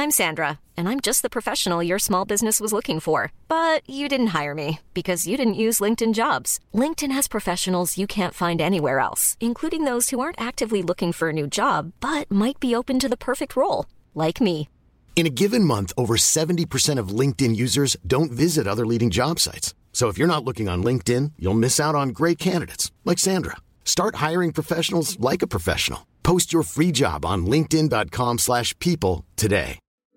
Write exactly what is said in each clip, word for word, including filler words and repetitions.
I'm Sandra, and I'm just the professional your small business was looking for. But you didn't hire me because you didn't use LinkedIn Jobs. LinkedIn has professionals you can't find anywhere else, including those who aren't actively looking for a new job, but might be open to the perfect role, like me. In a given month, over seventy percent of LinkedIn users don't visit other leading job sites. So if you're not looking on LinkedIn, you'll miss out on great candidates like Sandra. Start hiring professionals like a professional. Post your free job on linkedin dot com slash people today.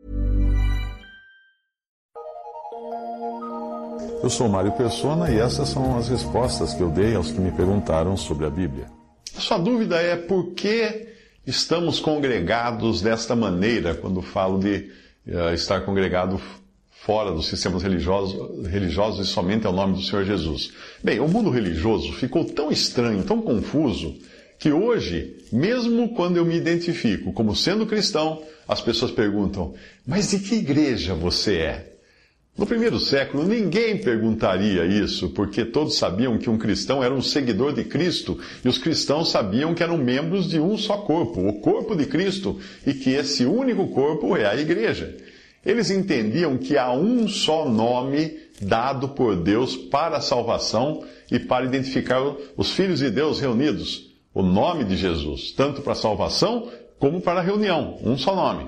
Eu sou Mário Persona e essas são as respostas que eu dei aos que me perguntaram sobre a Bíblia. A sua dúvida é por que estamos congregados desta maneira, quando falo de uh, estar congregado fora dos sistemas religiosos, religiosos e somente ao nome do Senhor Jesus. Bem, o mundo religioso ficou tão estranho, tão confuso, que hoje, mesmo quando eu me identifico como sendo cristão, as pessoas perguntam, mas de que igreja você é? No primeiro século, ninguém perguntaria isso, porque todos sabiam que um cristão era um seguidor de Cristo, e os cristãos sabiam que eram membros de um só corpo, o corpo de Cristo, e que esse único corpo é a igreja. Eles entendiam que há um só nome dado por Deus para a salvação e para identificar os filhos de Deus reunidos, o nome de Jesus, tanto para a salvação como para a reunião, um só nome.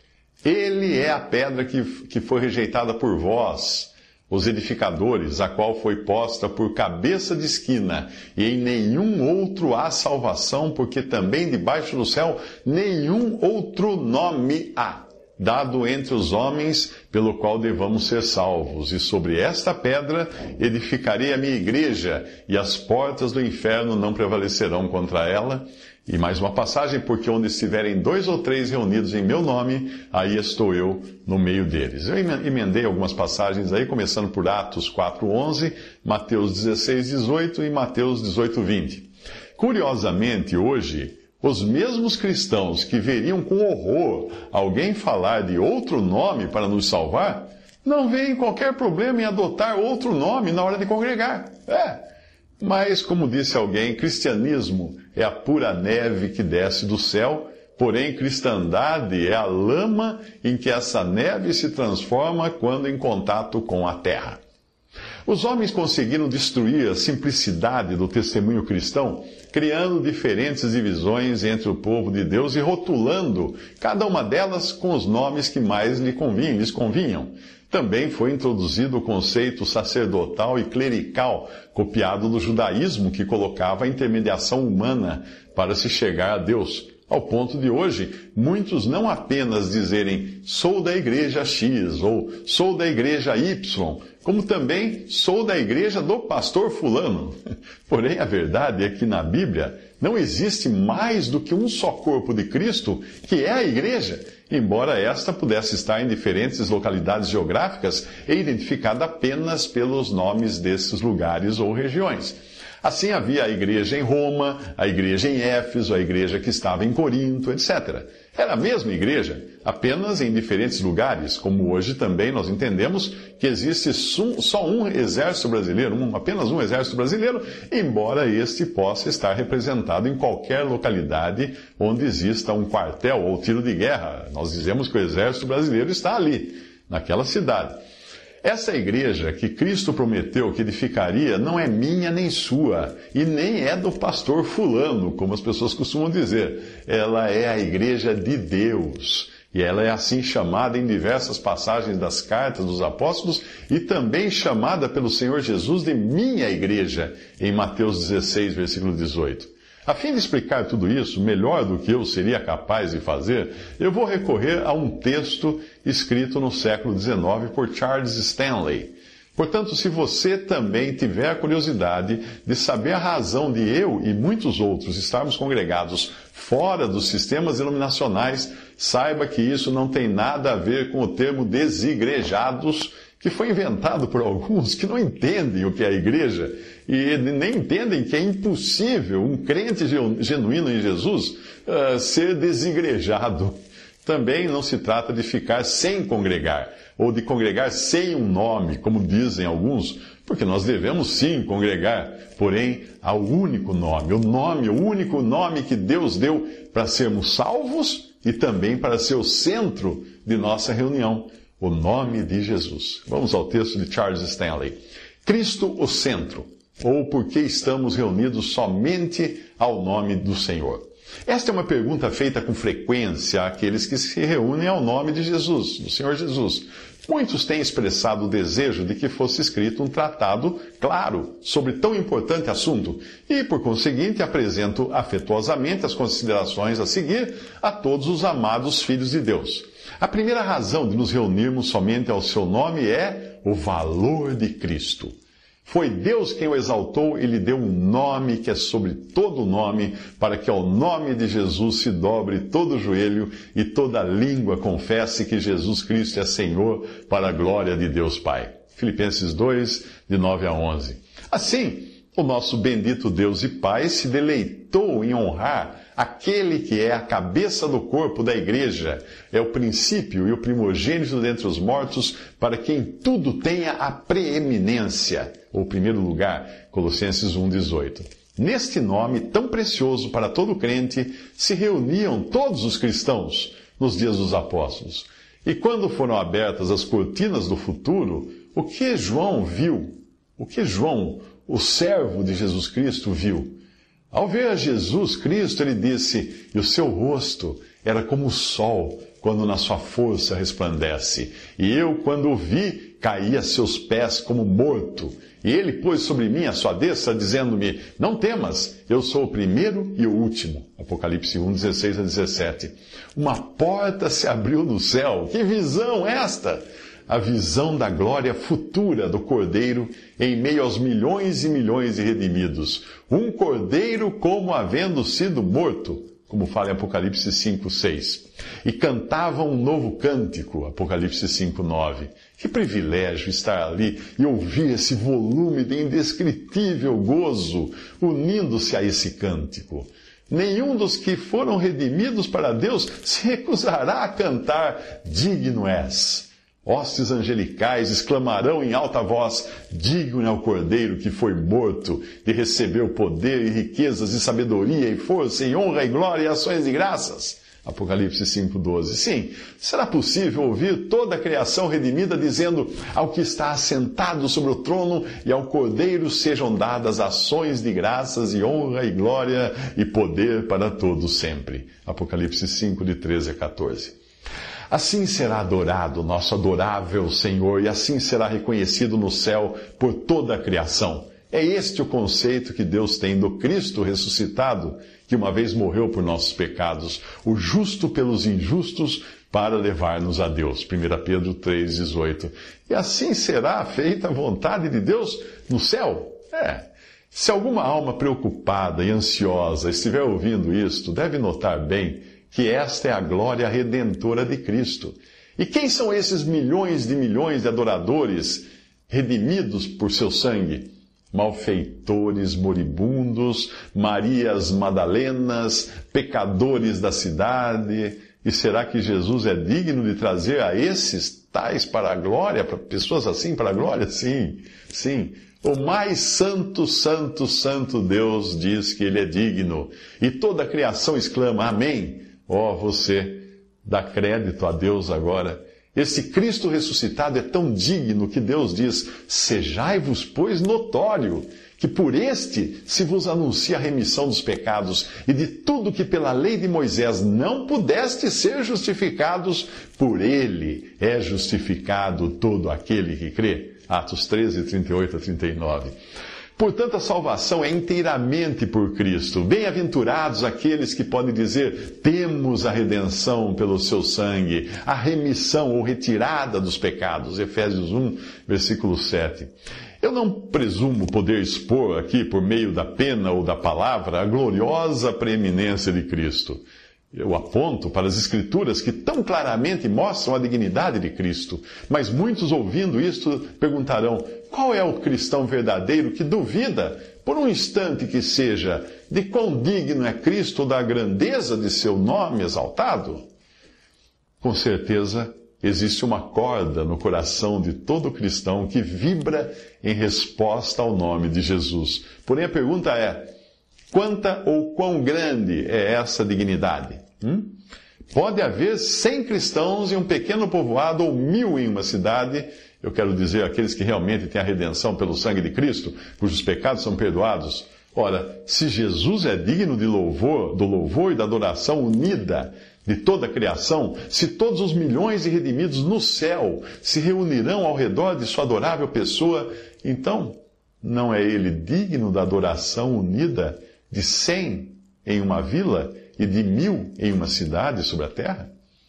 Ele é a pedra que, que foi rejeitada por vós, os edificadores, a qual foi posta por cabeça de esquina, e em nenhum outro há salvação, porque também debaixo do céu nenhum outro nome há, dado entre os homens, pelo qual devamos ser salvos. E sobre esta pedra edificarei a minha igreja, e as portas do inferno não prevalecerão contra ela. E mais uma passagem, porque onde estiverem dois ou três reunidos em meu nome, aí estou eu no meio deles. Eu emendei algumas passagens aí, começando por Atos quatro, onze, Mateus dezesseis, dezoito e Mateus dezoito, vinte. Curiosamente, hoje, os mesmos cristãos que veriam com horror alguém falar de outro nome para nos salvar, não veem qualquer problema em adotar outro nome na hora de congregar. É. Mas, como disse alguém, cristianismo é a pura neve que desce do céu, porém cristandade é a lama em que essa neve se transforma quando em contato com a terra. Os homens conseguiram destruir a simplicidade do testemunho cristão, criando diferentes divisões entre o povo de Deus e rotulando cada uma delas com os nomes que mais lhe convinham, lhes convinham. Também foi introduzido o conceito sacerdotal e clerical, copiado do judaísmo, que colocava a intermediação humana para se chegar a Deus. Ao ponto de hoje, muitos não apenas dizerem sou da igreja X ou sou da igreja Y, como também sou da igreja do pastor fulano. Porém, a verdade é que na Bíblia não existe mais do que um só corpo de Cristo, que é a igreja, embora esta pudesse estar em diferentes localidades geográficas e identificada apenas pelos nomes desses lugares ou regiões. Assim havia a igreja em Roma, a igreja em Éfeso, a igreja que estava em Corinto, etcétera. Era a mesma igreja, apenas em diferentes lugares, como hoje também nós entendemos que existe só um exército brasileiro, um, apenas um exército brasileiro, embora este possa estar representado em qualquer localidade onde exista um quartel ou tiro de guerra. Nós dizemos que o exército brasileiro está ali, naquela cidade. Essa igreja que Cristo prometeu que edificaria não é minha nem sua, e nem é do pastor fulano, como as pessoas costumam dizer. Ela é a igreja de Deus, e ela é assim chamada em diversas passagens das cartas dos apóstolos, e também chamada pelo Senhor Jesus de minha igreja, em Mateus dezesseis, versículo dezoito. A fim de explicar tudo isso, melhor do que eu seria capaz de fazer, eu vou recorrer a um texto escrito no século dezenove por Charles Stanley. Portanto, se você também tiver curiosidade de saber a razão de eu e muitos outros estarmos congregados fora dos sistemas denominacionais, saiba que isso não tem nada a ver com o termo desigrejados, que foi inventado por alguns que não entendem o que é a igreja e nem entendem que é impossível um crente genuíno em Jesus uh, ser desigrejado. Também não se trata de ficar sem congregar, ou de congregar sem um nome, como dizem alguns, porque nós devemos sim congregar, porém ao único nome, o nome, o único nome que Deus deu para sermos salvos e também para ser o centro de nossa reunião, o nome de Jesus. Vamos ao texto de Charles Stanley. Cristo, o centro, ou por que estamos reunidos somente ao nome do Senhor? Esta é uma pergunta feita com frequência àqueles que se reúnem ao nome de Jesus, do Senhor Jesus. Muitos têm expressado o desejo de que fosse escrito um tratado claro sobre tão importante assunto e, por conseguinte, apresento afetuosamente as considerações a seguir a todos os amados filhos de Deus. A primeira razão de nos reunirmos somente ao seu nome é o valor de Cristo. Foi Deus quem o exaltou e lhe deu um nome que é sobre todo nome, para que ao nome de Jesus se dobre todo o joelho e toda língua confesse que Jesus Cristo é Senhor, para a glória de Deus Pai. Filipenses dois, de nove a onze. Assim, o nosso bendito Deus e Pai se deleitou em honrar aquele que é a cabeça do corpo da igreja, é o princípio e o primogênito dentre os mortos, para que em tudo tenha a preeminência, ou primeiro lugar, Colossenses um, dezoito. Neste nome tão precioso para todo crente, se reuniam todos os cristãos nos dias dos apóstolos. E quando foram abertas as cortinas do futuro, o que João viu? O que João, o servo de Jesus Cristo, viu? Ao ver a Jesus Cristo, ele disse, e o seu rosto era como o sol, quando na sua força resplandece. E eu, quando o vi, caí a seus pés como morto. E ele pôs sobre mim a sua destra, dizendo-me, não temas, eu sou o primeiro e o último. Apocalipse um, dezesseis a dezessete. Uma porta se abriu no céu. Que visão esta! A visão da glória futura do Cordeiro em meio aos milhões e milhões de redimidos. Um Cordeiro como havendo sido morto, como fala em Apocalipse cinco, seis. E cantavam um novo cântico, Apocalipse cinco, nove. Que privilégio estar ali e ouvir esse volume de indescritível gozo, unindo-se a esse cântico. Nenhum dos que foram redimidos para Deus se recusará a cantar, digno és. Hostes angelicais exclamarão em alta voz, digno é o Cordeiro que foi morto, de receber o poder e riquezas e sabedoria e força e honra e glória e ações de graças. Apocalipse cinco, doze. Sim, será possível ouvir toda a criação redimida dizendo ao que está assentado sobre o trono e ao Cordeiro sejam dadas ações de graças e honra e glória e poder para todos sempre. Apocalipse cinco, de treze a quatorze. Assim será adorado nosso adorável Senhor, e assim será reconhecido no céu por toda a criação. É este o conceito que Deus tem do Cristo ressuscitado, que uma vez morreu por nossos pecados, o justo pelos injustos, para levar-nos a Deus. primeira Pedro três, dezoito. E assim será feita a vontade de Deus no céu. É. Se alguma alma preocupada e ansiosa estiver ouvindo isto, deve notar bem que esta é a glória redentora de Cristo. E quem são esses milhões de milhões de adoradores redimidos por seu sangue? Malfeitores moribundos, Marias Madalenas, pecadores da cidade. E será que Jesus é digno de trazer a esses tais para a glória, para pessoas assim para a glória? Sim, sim. O mais santo, santo, santo Deus diz que Ele é digno. E toda a criação exclama, amém. Ó, oh, você dá crédito a Deus agora. Esse Cristo ressuscitado é tão digno que Deus diz, sejai-vos, pois, notório, que por este se vos anuncia a remissão dos pecados, e de tudo que pela lei de Moisés não pudeste ser justificados, por ele é justificado todo aquele que crê. Atos treze, trinta e oito a trinta e nove. Portanto, a salvação é inteiramente por Cristo. Bem-aventurados aqueles que podem dizer, temos a redenção pelo seu sangue, a remissão ou retirada dos pecados. Efésios um, versículo sete. Eu não presumo poder expor aqui, por meio da pena ou da palavra, a gloriosa preeminência de Cristo. Eu aponto para as Escrituras que tão claramente mostram a dignidade de Cristo. Mas muitos ouvindo isto perguntarão, qual é o cristão verdadeiro que duvida, por um instante que seja, de quão digno é Cristo da grandeza de seu nome exaltado? Com certeza, existe uma corda no coração de todo cristão que vibra em resposta ao nome de Jesus. Porém, a pergunta é, quanta ou quão grande é essa dignidade? Hum? Pode haver cem cristãos em um pequeno povoado ou mil em uma cidade, eu quero dizer aqueles que realmente têm a redenção pelo sangue de Cristo, cujos pecados são perdoados. Ora, se Jesus é digno de louvor, do louvor e da adoração unida de toda a criação, se todos os milhões de redimidos no céu se reunirão ao redor de sua adorável pessoa, então não é ele digno da adoração unida de cem em uma vila e de mil em uma cidade sobre a terra?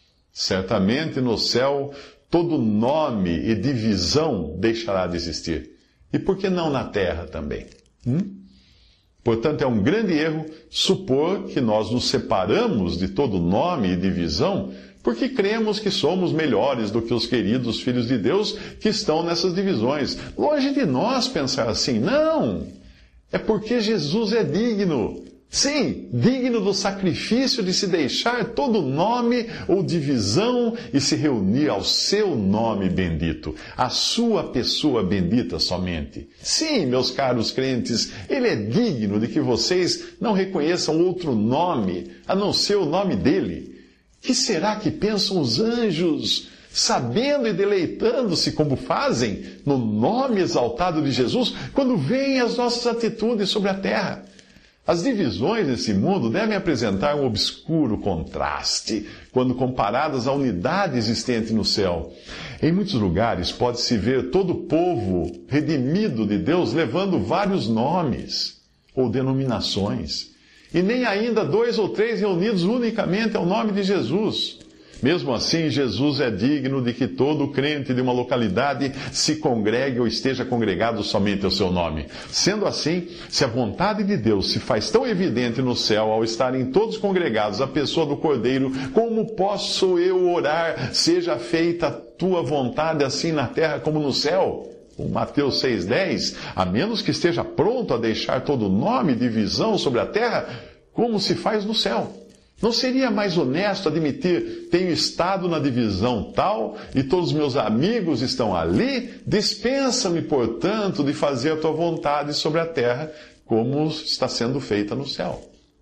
Certamente no céu todo nome e divisão deixará de existir. E por que não na terra também? Hum? Portanto, é um grande erro supor que nós nos separamos de todo nome e divisão porque cremos que somos melhores do que os queridos filhos de Deus que estão nessas divisões. Longe de nós pensar assim. Não! É porque Jesus é digno. Sim, digno do sacrifício de se deixar todo nome ou divisão e se reunir ao seu nome bendito, à sua pessoa bendita somente. Sim, meus caros crentes, ele é digno de que vocês não reconheçam outro nome, a não ser o nome dele. Que será que pensam os anjos, sabendo e deleitando-se como fazem no nome exaltado de Jesus, quando veem as nossas atitudes sobre a terra? As divisões nesse mundo devem apresentar um obscuro contraste quando comparadas à unidade existente no céu. Em muitos lugares pode-se ver todo o povo redimido de Deus levando vários nomes ou denominações, e nem ainda dois ou três reunidos unicamente ao nome de Jesus. Mesmo assim, Jesus é digno de que todo crente de uma localidade se congregue ou esteja congregado somente ao seu nome. Sendo assim, se a vontade de Deus se faz tão evidente no céu ao estarem todos congregados à pessoa do Cordeiro, como posso eu orar, seja feita a tua vontade assim na terra como no céu? O Mateus seis, dez, a menos que esteja pronto a deixar todo nome e divisão sobre a terra, como se faz no céu. Não seria mais honesto admitir, tenho estado na divisão tal e todos os meus amigos estão ali? Dispensa-me, portanto, de fazer a tua vontade sobre a terra, como está sendo feita no céu.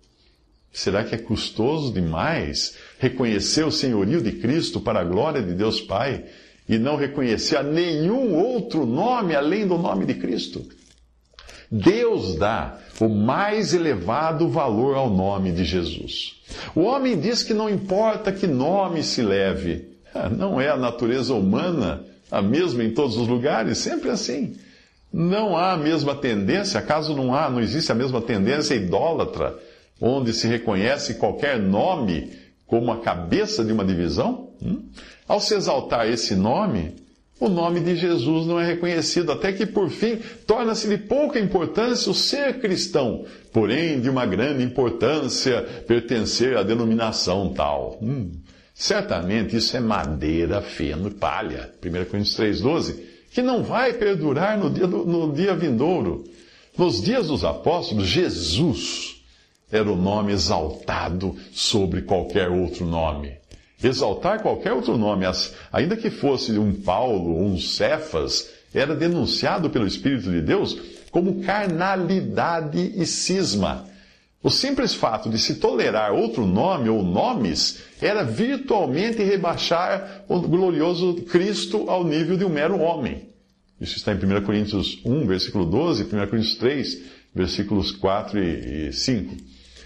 Será que é custoso demais reconhecer o senhorio de Cristo para a glória de Deus Pai e não reconhecer a nenhum outro nome além do nome de Cristo? Deus dá o mais elevado valor ao nome de Jesus. O homem diz que não importa que nome se leve. Não é a natureza humana a mesma em todos os lugares? Sempre assim. Não há a mesma tendência, acaso não há, não existe a mesma tendência idólatra, onde se reconhece qualquer nome como a cabeça de uma divisão? Hum? Ao se exaltar esse nome, o nome de Jesus não é reconhecido, até que, por fim, torna-se de pouca importância o ser cristão, porém de uma grande importância pertencer à denominação tal. Hum, certamente isso é madeira, feno e palha. primeira Coríntios três, doze, que não vai perdurar no dia, do, no dia vindouro. Nos dias dos apóstolos, Jesus era o nome exaltado sobre qualquer outro nome. Exaltar qualquer outro nome, ainda que fosse um Paulo ou um Cefas, era denunciado pelo Espírito de Deus como carnalidade e cisma. O simples fato de se tolerar outro nome ou nomes era virtualmente rebaixar o glorioso Cristo ao nível de um mero homem. Isso está em primeira Coríntios um, versículo doze, e primeira Coríntios três, versículos quatro e cinco.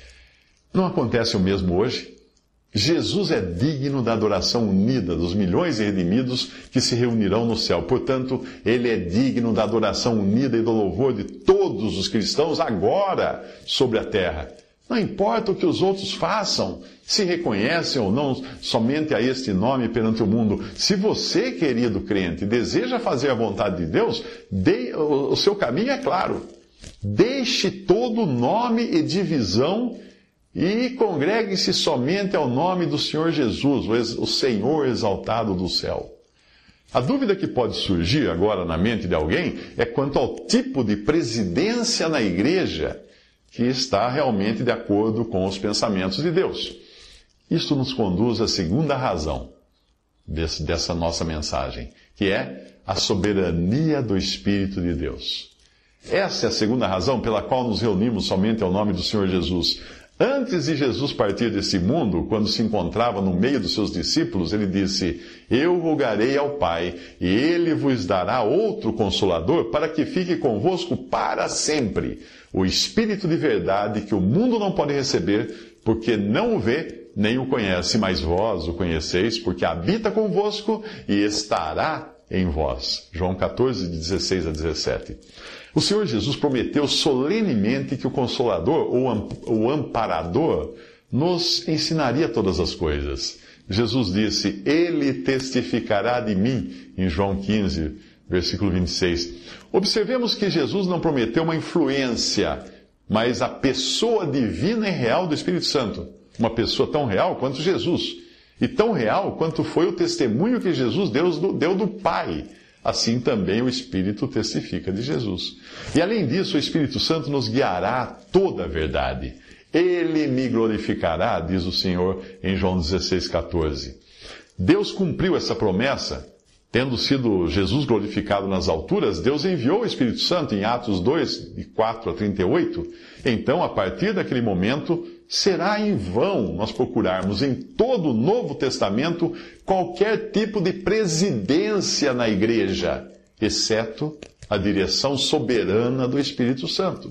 Não acontece o mesmo hoje? Jesus é digno da adoração unida dos milhões de redimidos que se reunirão no céu. Portanto, ele é digno da adoração unida e do louvor de todos os cristãos agora sobre a terra. Não importa o que os outros façam, se reconhecem ou não somente a este nome perante o mundo. Se você, querido crente, deseja fazer a vontade de Deus, de, o, o seu caminho é claro. Deixe todo nome e divisão e congregue-se somente ao nome do Senhor Jesus, o Senhor exaltado do céu. A dúvida que pode surgir agora na mente de alguém é quanto ao tipo de presidência na igreja que está realmente de acordo com os pensamentos de Deus. Isso nos conduz à segunda razão desse, dessa nossa mensagem, que é a soberania do Espírito de Deus. Essa é a segunda razão pela qual nos reunimos somente ao nome do Senhor Jesus. Antes de Jesus partir desse mundo, quando se encontrava no meio dos seus discípulos, ele disse: Eu rogarei ao Pai, e ele vos dará outro Consolador, para que fique convosco para sempre, o Espírito de verdade, que o mundo não pode receber, porque não o vê, nem o conhece, mas vós o conheceis, porque habita convosco e estará em vós. João catorze, de dezesseis a dezessete. O Senhor Jesus prometeu solenemente que o Consolador, ou o Amparador, nos ensinaria todas as coisas. Jesus disse: Ele testificará de mim, em João quinze, versículo vinte e seis. Observemos que Jesus não prometeu uma influência, mas a pessoa divina e real do Espírito Santo. Uma pessoa tão real quanto Jesus. E tão real quanto foi o testemunho que Jesus deu, deu do Pai. Assim também o Espírito testifica de Jesus. E além disso, o Espírito Santo nos guiará a toda a verdade. Ele me glorificará, diz o Senhor em João dezesseis, catorze. Deus cumpriu essa promessa. Tendo sido Jesus glorificado nas alturas, Deus enviou o Espírito Santo em Atos dois, de quatro a trinta e oito. Então, a partir daquele momento, será em vão nós procurarmos em todo o Novo Testamento qualquer tipo de presidência na igreja, exceto a direção soberana do Espírito Santo.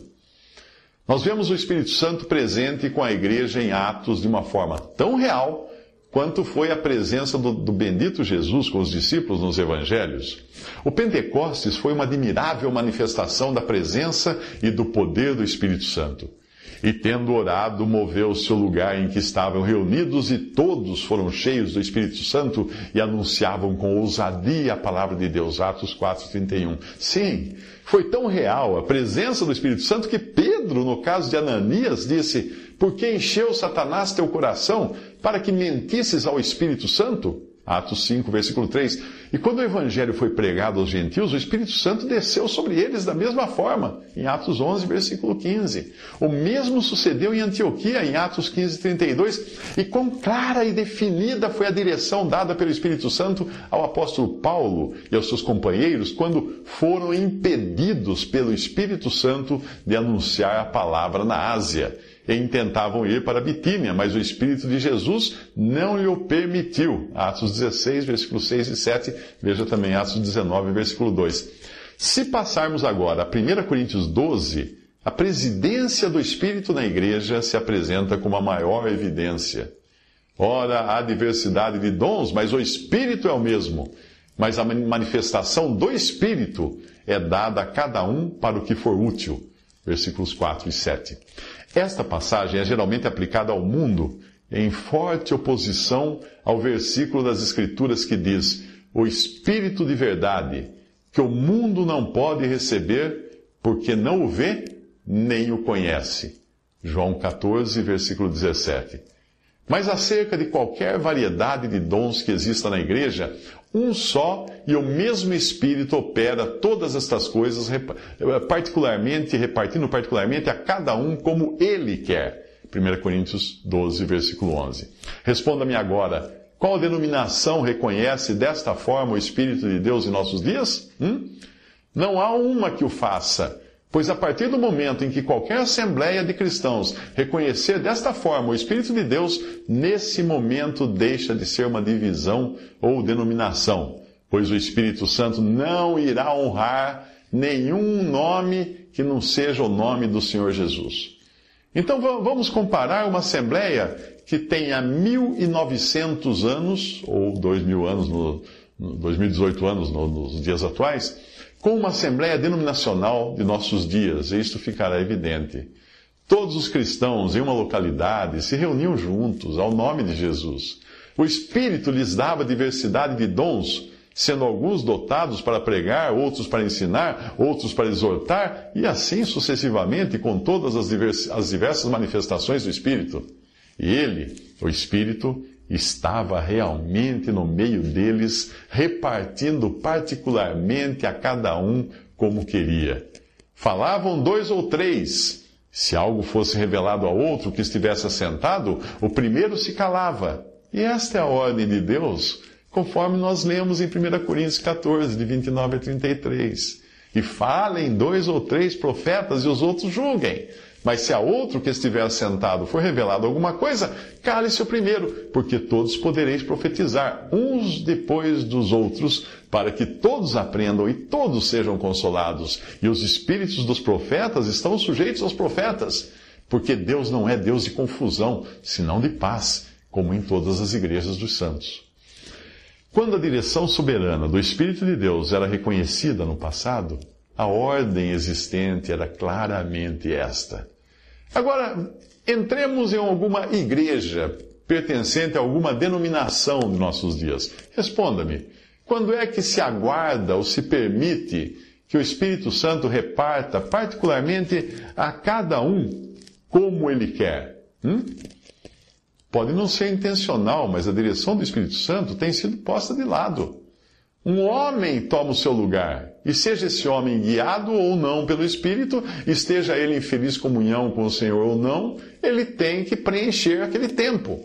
Nós vemos o Espírito Santo presente com a igreja em Atos de uma forma tão real quanto foi a presença do, do bendito Jesus com os discípulos nos evangelhos. O Pentecostes foi uma admirável manifestação da presença e do poder do Espírito Santo. E tendo orado, moveu-se o lugar em que estavam reunidos, e todos foram cheios do Espírito Santo e anunciavam com ousadia a palavra de Deus. Atos quatro, trinta e um. Sim, foi tão real a presença do Espírito Santo que Pedro, no caso de Ananias, disse: Por que encheu Satanás teu coração para que mentisses ao Espírito Santo? Atos cinco, versículo três. E quando o Evangelho foi pregado aos gentios, o Espírito Santo desceu sobre eles da mesma forma, em Atos onze, versículo quinze. O mesmo sucedeu em Antioquia, em Atos quinze, trinta e dois. E quão clara e definida foi a direção dada pelo Espírito Santo ao apóstolo Paulo e aos seus companheiros, quando foram impedidos pelo Espírito Santo de anunciar a palavra na Ásia. E intentavam ir para Bitínia, mas o Espírito de Jesus não lhe o permitiu. Atos dezesseis, versículos seis e sete, veja também Atos dezenove, versículo dois. Se passarmos agora a primeira Coríntios doze, a presidência do Espírito na igreja se apresenta como a maior evidência. Ora, há diversidade de dons, mas o Espírito é o mesmo. Mas a manifestação do Espírito é dada a cada um para o que for útil. Versículos quatro e sete. Esta passagem é geralmente aplicada ao mundo em forte oposição ao versículo das Escrituras que diz: o Espírito de verdade, que o mundo não pode receber, porque não o vê, nem o conhece. João catorze, versículo dezessete. Mas acerca de qualquer variedade de dons que exista na igreja, um só e o mesmo Espírito opera todas estas coisas, particularmente, repartindo particularmente a cada um como Ele quer. primeira Coríntios doze, versículo onze. Responda-me agora, qual denominação reconhece desta forma o Espírito de Deus em nossos dias? Hum? Não há uma que o faça. Pois a partir do momento em que qualquer assembleia de cristãos reconhecer desta forma o Espírito de Deus, nesse momento deixa de ser uma divisão ou denominação, pois o Espírito Santo não irá honrar nenhum nome que não seja o nome do Senhor Jesus. Então vamos comparar uma assembleia que tenha mil e novecentos anos, ou dois mil anos, no, no dois mil e dezoito anos no, nos dias atuais, com uma assembleia denominacional de nossos dias, e isto ficará evidente. Todos os cristãos em uma localidade se reuniam juntos ao nome de Jesus. O Espírito lhes dava diversidade de dons, sendo alguns dotados para pregar, outros para ensinar, outros para exortar, e assim sucessivamente com todas as, divers, as diversas manifestações do Espírito. E ele, o Espírito, estava realmente no meio deles, repartindo particularmente a cada um como queria. Falavam dois ou três. Se algo fosse revelado a outro que estivesse assentado, o primeiro se calava. E esta é a ordem de Deus, conforme nós lemos em primeira Coríntios catorze, de vinte e nove a trinta e três. E falem dois ou três profetas e os outros julguem. Mas se a outro que estiver sentado for revelado alguma coisa, cale-se o primeiro, porque todos podereis profetizar, uns depois dos outros, para que todos aprendam e todos sejam consolados. E os espíritos dos profetas estão sujeitos aos profetas, porque Deus não é Deus de confusão, senão de paz, como em todas as igrejas dos santos. Quando a direção soberana do Espírito de Deus era reconhecida no passado, a ordem existente era claramente esta. Agora, entremos em alguma igreja pertencente a alguma denominação de nossos dias. Responda-me, quando é que se aguarda ou se permite que o Espírito Santo reparta particularmente a cada um como ele quer? Hum? Pode não ser intencional, mas a direção do Espírito Santo tem sido posta de lado. Um homem toma o seu lugar, e seja esse homem guiado ou não pelo Espírito, esteja ele em feliz comunhão com o Senhor ou não, ele tem que preencher aquele tempo.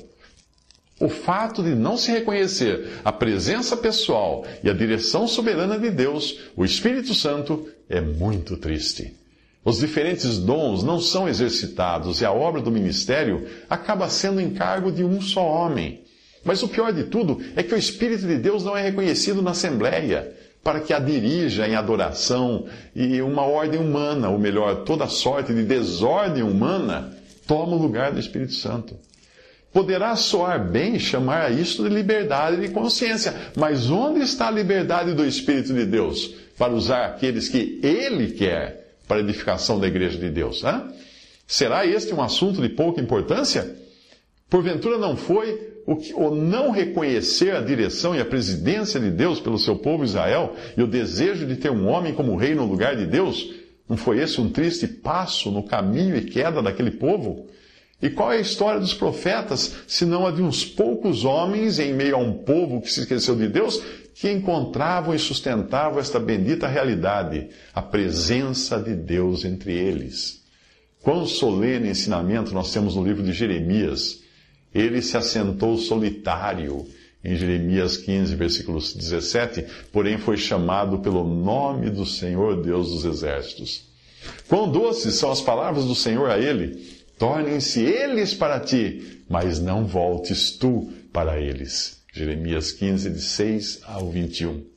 O fato de não se reconhecer a presença pessoal e a direção soberana de Deus, o Espírito Santo, é muito triste. Os diferentes dons não são exercitados e a obra do ministério acaba sendo encargo de um só homem. Mas o pior de tudo é que o Espírito de Deus não é reconhecido na Assembleia, para que a dirija em adoração e uma ordem humana, ou melhor, toda sorte de desordem humana, toma o lugar do Espírito Santo. Poderá soar bem chamar a isto de liberdade de consciência, mas onde está a liberdade do Espírito de Deus para usar aqueles que Ele quer para a edificação da Igreja de Deus? Hein? Será este um assunto de pouca importância? Porventura não foi o, que, o não reconhecer a direção e a presidência de Deus pelo seu povo Israel e o desejo de ter um homem como rei no lugar de Deus? Não foi esse um triste passo no caminho e queda daquele povo? E qual é a história dos profetas, senão a de uns poucos homens em meio a um povo que se esqueceu de Deus, que encontravam e sustentavam esta bendita realidade, a presença de Deus entre eles? Quão solene ensinamento nós temos no livro de Jeremias. Ele se assentou solitário, em Jeremias quinze, versículo dezessete, porém foi chamado pelo nome do Senhor Deus dos Exércitos. Quão doces são as palavras do Senhor a ele! Tornem-se eles para ti, mas não voltes tu para eles. Jeremias quinze, de seis ao vinte e um.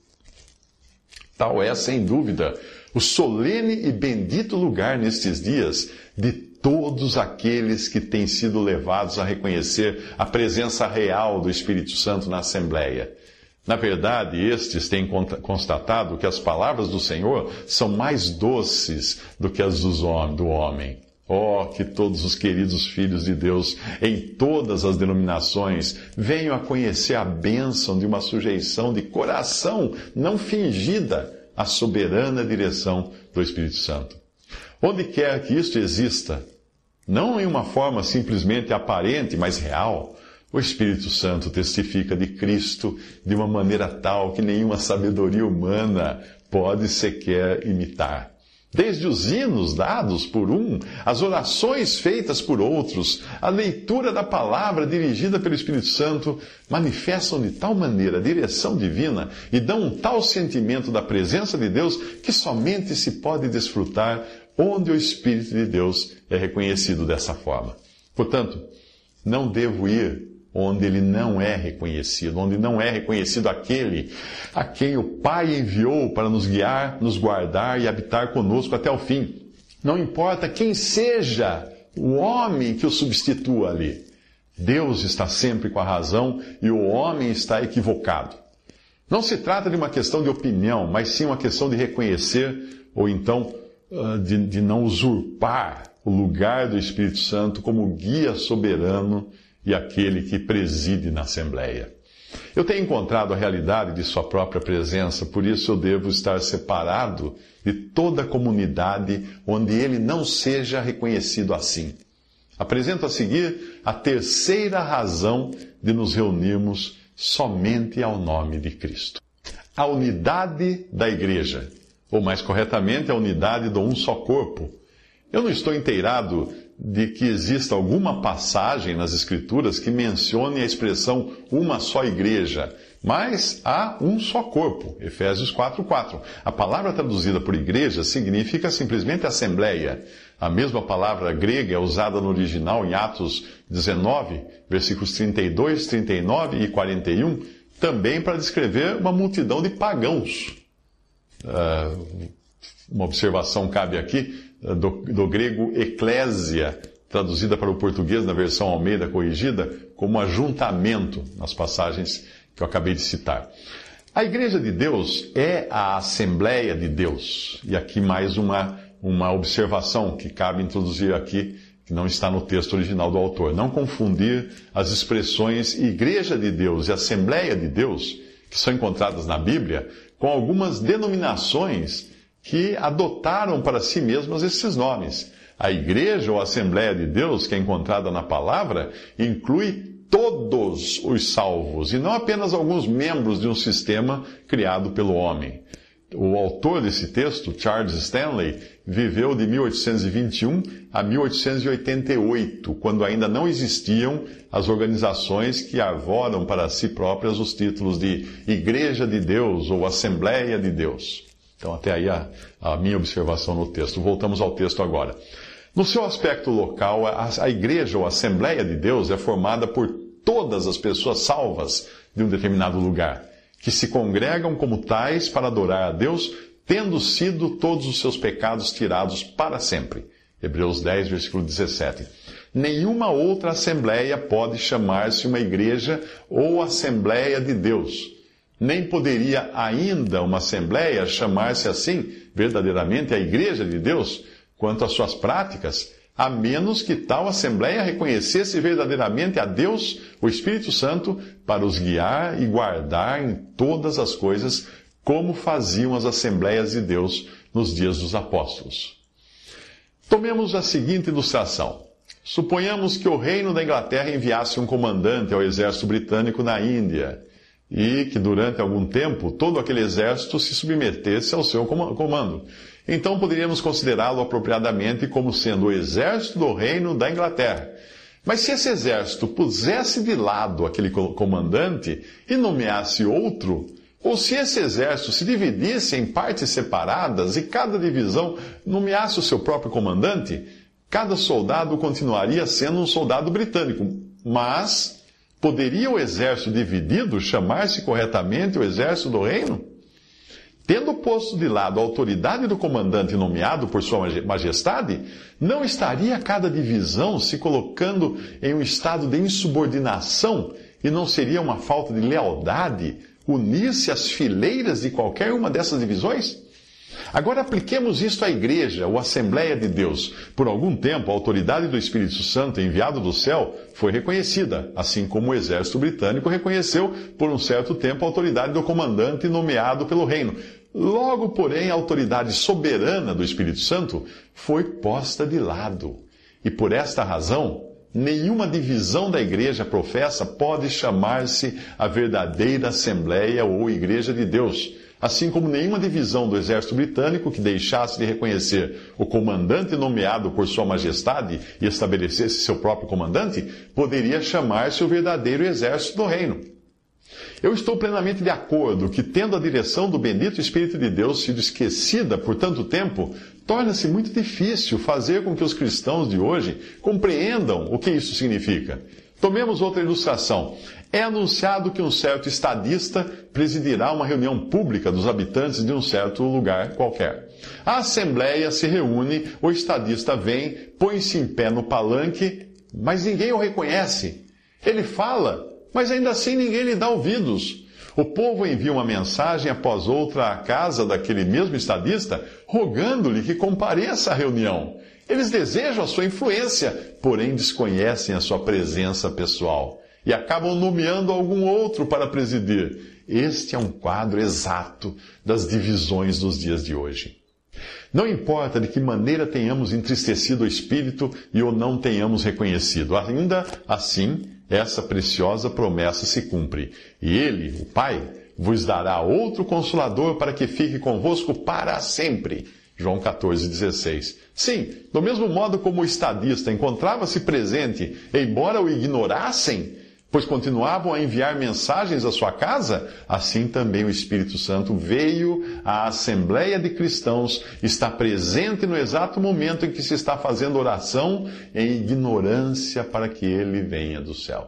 Tal é, sem dúvida, o solene e bendito lugar nestes dias de todos aqueles que têm sido levados a reconhecer a presença real do Espírito Santo na Assembleia. Na verdade, estes têm constatado que as palavras do Senhor são mais doces do que as do homem. Oh, que todos os queridos filhos de Deus, em todas as denominações, venham a conhecer a bênção de uma sujeição de coração não fingida à soberana direção do Espírito Santo. Onde quer que isto exista, não em uma forma simplesmente aparente, mas real, o Espírito Santo testifica de Cristo de uma maneira tal que nenhuma sabedoria humana pode sequer imitar. Desde os hinos dados por um, as orações feitas por outros, a leitura da palavra dirigida pelo Espírito Santo, manifestam de tal maneira a direção divina e dão um tal sentimento da presença de Deus que somente se pode desfrutar onde o Espírito de Deus é reconhecido dessa forma. Portanto, não devo ir onde ele não é reconhecido, onde não é reconhecido aquele a quem o Pai enviou para nos guiar, nos guardar e habitar conosco até o fim. Não importa quem seja o homem que o substitua ali. Deus está sempre com a razão e o homem está equivocado. Não se trata de uma questão de opinião, mas sim uma questão de reconhecer ou então de, de não usurpar o lugar do Espírito Santo como guia soberano e aquele que preside na Assembleia. Eu tenho encontrado a realidade de sua própria presença, por isso eu devo estar separado de toda a comunidade onde ele não seja reconhecido assim. Apresento a seguir a terceira razão de nos reunirmos somente ao nome de Cristo. A unidade da igreja, ou mais corretamente, a unidade do um só corpo. Eu não estou inteirado de que exista alguma passagem nas Escrituras que mencione a expressão uma só igreja, mas há um só corpo, Efésios quatro, quatro. A palavra traduzida por igreja significa simplesmente assembleia. A mesma palavra grega é usada no original em Atos dezenove, versículos trinta e dois, trinta e nove e quarenta e um, também para descrever uma multidão de pagãos. Uh, uma observação cabe aqui, uh, do, do grego eclésia, traduzida para o português na versão Almeida corrigida, como ajuntamento, nas passagens que eu acabei de citar. A Igreja de Deus é a Assembleia de Deus. E aqui mais uma, uma observação que cabe introduzir aqui, que não está no texto original do autor. Não confundir as expressões Igreja de Deus e Assembleia de Deus, que são encontradas na Bíblia, com algumas denominações que adotaram para si mesmas esses nomes. A Igreja ou Assembleia de Deus, que é encontrada na palavra, inclui todos os salvos, e não apenas alguns membros de um sistema criado pelo homem. O autor desse texto, Charles Stanley, viveu de mil oitocentos e vinte e um a mil oitocentos e oitenta e oito, quando ainda não existiam as organizações que arvoram para si próprias os títulos de Igreja de Deus ou Assembleia de Deus. Então, até aí a, a minha observação no texto. Voltamos ao texto agora. No seu aspecto local, a, a igreja ou Assembleia de Deus é formada por todas as pessoas salvas de um determinado lugar, que se congregam como tais para adorar a Deus, tendo sido todos os seus pecados tirados para sempre. Hebreus dez, versículo dezessete. Nenhuma outra assembleia pode chamar-se uma igreja ou Assembleia de Deus. Nem poderia ainda uma assembleia chamar-se assim, verdadeiramente a Igreja de Deus, quanto às suas práticas, a menos que tal assembleia reconhecesse verdadeiramente a Deus, o Espírito Santo, para os guiar e guardar em todas as coisas, como faziam as assembleias de Deus nos dias dos apóstolos. Tomemos a seguinte ilustração. Suponhamos que o reino da Inglaterra enviasse um comandante ao exército britânico na Índia, e que durante algum tempo todo aquele exército se submetesse ao seu comando. Então poderíamos considerá-lo apropriadamente como sendo o exército do reino da Inglaterra. Mas se esse exército pusesse de lado aquele comandante e nomeasse outro, ou se esse exército se dividisse em partes separadas e cada divisão nomeasse o seu próprio comandante, cada soldado continuaria sendo um soldado britânico. Mas poderia o exército dividido chamar-se corretamente o exército do reino? Tendo posto de lado a autoridade do comandante nomeado por sua majestade, não estaria cada divisão se colocando em um estado de insubordinação e não seria uma falta de lealdade unir-se às fileiras de qualquer uma dessas divisões? Agora apliquemos isto à igreja, ou Assembleia de Deus. Por algum tempo, a autoridade do Espírito Santo enviado do céu foi reconhecida, assim como o exército britânico reconheceu por um certo tempo a autoridade do comandante nomeado pelo reino. Logo, porém, a autoridade soberana do Espírito Santo foi posta de lado. E por esta razão, nenhuma divisão da igreja professa pode chamar-se a verdadeira Assembleia ou Igreja de Deus, assim como nenhuma divisão do exército britânico que deixasse de reconhecer o comandante nomeado por sua majestade e estabelecesse seu próprio comandante, poderia chamar-se o verdadeiro exército do reino. Eu estou plenamente de acordo que, tendo a direção do bendito Espírito de Deus sido esquecida por tanto tempo, torna-se muito difícil fazer com que os cristãos de hoje compreendam o que isso significa. Tomemos outra ilustração. É anunciado que um certo estadista presidirá uma reunião pública dos habitantes de um certo lugar qualquer. A assembleia se reúne, o estadista vem, põe-se em pé no palanque, mas ninguém o reconhece. Ele fala, mas ainda assim ninguém lhe dá ouvidos. O povo envia uma mensagem após outra à casa daquele mesmo estadista, rogando-lhe que compareça à reunião. Eles desejam a sua influência, porém desconhecem a sua presença pessoal e acabam nomeando algum outro para presidir. Este é um quadro exato das divisões dos dias de hoje. Não importa de que maneira tenhamos entristecido o Espírito e o não tenhamos reconhecido, ainda assim, essa preciosa promessa se cumpre. E Ele, o Pai, vos dará outro Consolador para que fique convosco para sempre. João quatorze, dezesseis. Sim, do mesmo modo como o estadista encontrava-se presente, embora o ignorassem, pois continuavam a enviar mensagens à sua casa, assim também o Espírito Santo veio à Assembleia de Cristãos, está presente no exato momento em que se está fazendo oração em ignorância para que ele venha do céu.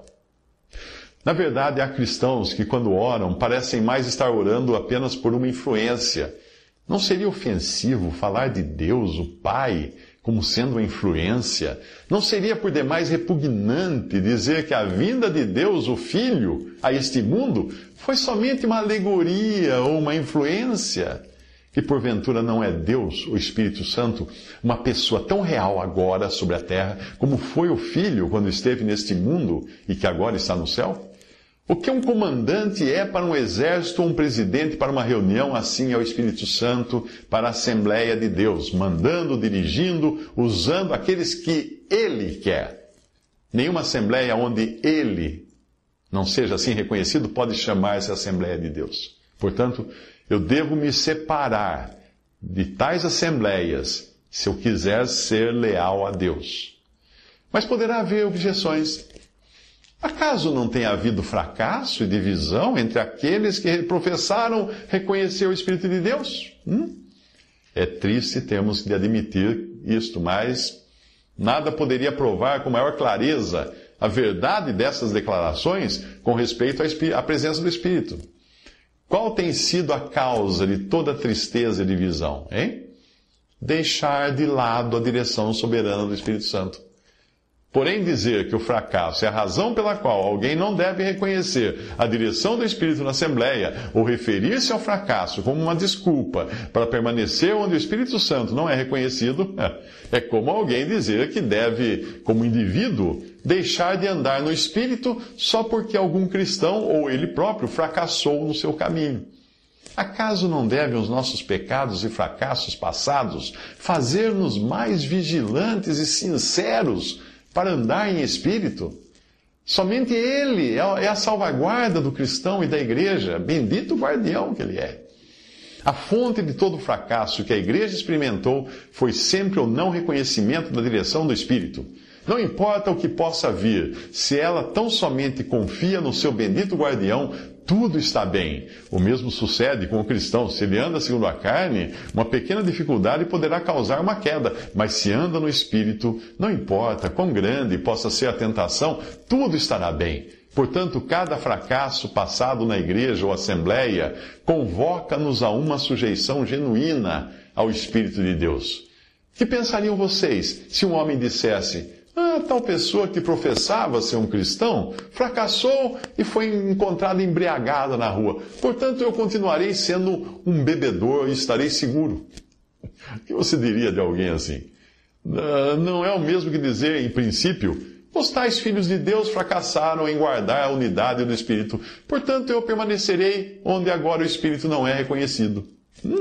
Na verdade, há cristãos que, quando oram, parecem mais estar orando apenas por uma influência. Não seria ofensivo falar de Deus, o Pai, como sendo uma influência? Não seria por demais repugnante dizer que a vinda de Deus, o Filho, a este mundo, foi somente uma alegoria ou uma influência? Que porventura não é Deus, o Espírito Santo, uma pessoa tão real agora sobre a terra, como foi o Filho quando esteve neste mundo e que agora está no céu? O que um comandante é para um exército ou um presidente para uma reunião, assim é o Espírito Santo para a Assembleia de Deus, mandando, dirigindo, usando aqueles que Ele quer. Nenhuma Assembleia onde Ele não seja assim reconhecido pode chamar-se Assembleia de Deus. Portanto, eu devo me separar de tais assembleias se eu quiser ser leal a Deus. Mas poderá haver objeções. Acaso não tenha havido fracasso e divisão entre aqueles que professaram reconhecer o Espírito de Deus? Hum? É triste termos de admitir isto, mas nada poderia provar com maior clareza a verdade dessas declarações com respeito à presença do Espírito. Qual tem sido a causa de toda tristeza e divisão, hein? Deixar de lado a direção soberana do Espírito Santo. Porém, dizer que o fracasso é a razão pela qual alguém não deve reconhecer a direção do Espírito na Assembleia, ou referir-se ao fracasso como uma desculpa para permanecer onde o Espírito Santo não é reconhecido, é como alguém dizer que deve, como indivíduo, deixar de andar no Espírito só porque algum cristão ou ele próprio fracassou no seu caminho. Acaso não devem os nossos pecados e fracassos passados fazer-nos mais vigilantes e sinceros para andar em espírito? Somente Ele é a salvaguarda do cristão e da igreja. Bendito o guardião que Ele é. A fonte de todo o fracasso que a igreja experimentou foi sempre o não reconhecimento da direção do Espírito. Não importa o que possa vir, se ela tão somente confia no seu bendito guardião, tudo está bem. O mesmo sucede com o cristão. Se ele anda segundo a carne, uma pequena dificuldade poderá causar uma queda. Mas se anda no Espírito, não importa quão grande possa ser a tentação, tudo estará bem. Portanto, cada fracasso passado na igreja ou assembleia convoca-nos a uma sujeição genuína ao Espírito de Deus. Que pensariam vocês se um homem dissesse: ah, tal pessoa que professava ser um cristão fracassou e foi encontrada embriagada na rua. Portanto, eu continuarei sendo um bebedor e estarei seguro. O que você diria de alguém assim? Não é o mesmo que dizer, em princípio, os tais filhos de Deus fracassaram em guardar a unidade do Espírito. Portanto, eu permanecerei onde agora o Espírito não é reconhecido. Hum?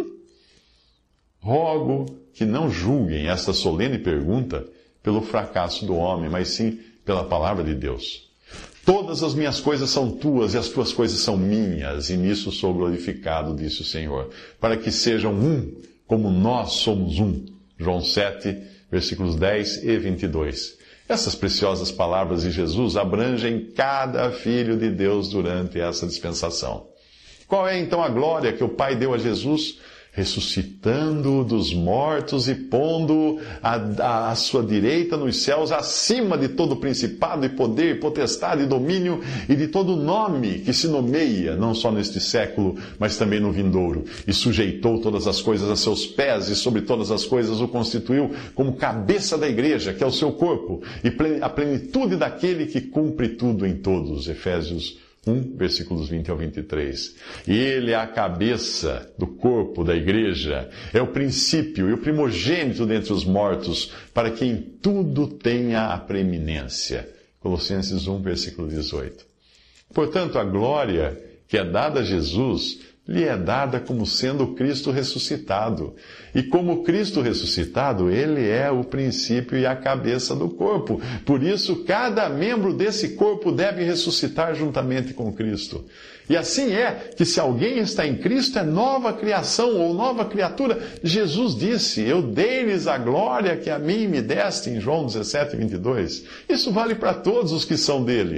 Rogo que não julguem esta solene pergunta pelo fracasso do homem, mas sim pela palavra de Deus. Todas as minhas coisas são tuas e as tuas coisas são minhas, e nisso sou glorificado, disse o Senhor, para que sejam um, como nós somos um. João sete, versículos dez e vinte e dois. Essas preciosas palavras de Jesus abrangem cada filho de Deus durante essa dispensação. Qual é então a glória que o Pai deu a Jesus? Ressuscitando-o dos mortos e pondo-o à, à sua direita nos céus, acima de todo principado e poder, potestade e domínio, e de todo nome que se nomeia, não só neste século, mas também no vindouro. E sujeitou todas as coisas a seus pés, e sobre todas as coisas o constituiu como cabeça da igreja, que é o seu corpo, e a plenitude daquele que cumpre tudo em todos. Efésios um, versículos vinte ao vinte e três. E ele é a cabeça do corpo da igreja, é o princípio e o primogênito dentre os mortos, para que em tudo tenha a preeminência. Colossenses um, versículo dezoito. Portanto, a glória que é dada a Jesus lhe é dada como sendo o Cristo ressuscitado. E como Cristo ressuscitado, ele é o princípio e a cabeça do corpo. Por isso, cada membro desse corpo deve ressuscitar juntamente com Cristo. E assim é que se alguém está em Cristo, é nova criação ou nova criatura. Jesus disse: eu dei-lhes a glória que a mim me deste, em João dezessete, vinte e dois. Isso vale para todos os que são dele.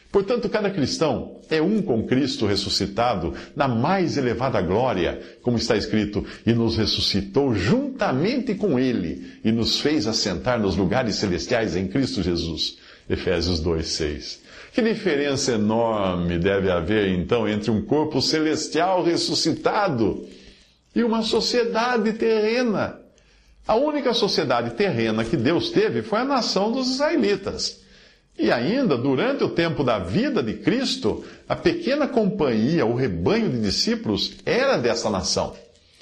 Portanto, cada cristão é um com Cristo ressuscitado na mais elevada glória, como está escrito, e nos ressuscitou juntamente com Ele e nos fez assentar nos lugares celestiais em Cristo Jesus. Efésios dois, seis. Que diferença enorme deve haver, então, entre um corpo celestial ressuscitado e uma sociedade terrena. A única sociedade terrena que Deus teve foi a nação dos israelitas. E ainda, durante o tempo da vida de Cristo, a pequena companhia, o rebanho de discípulos, era dessa nação.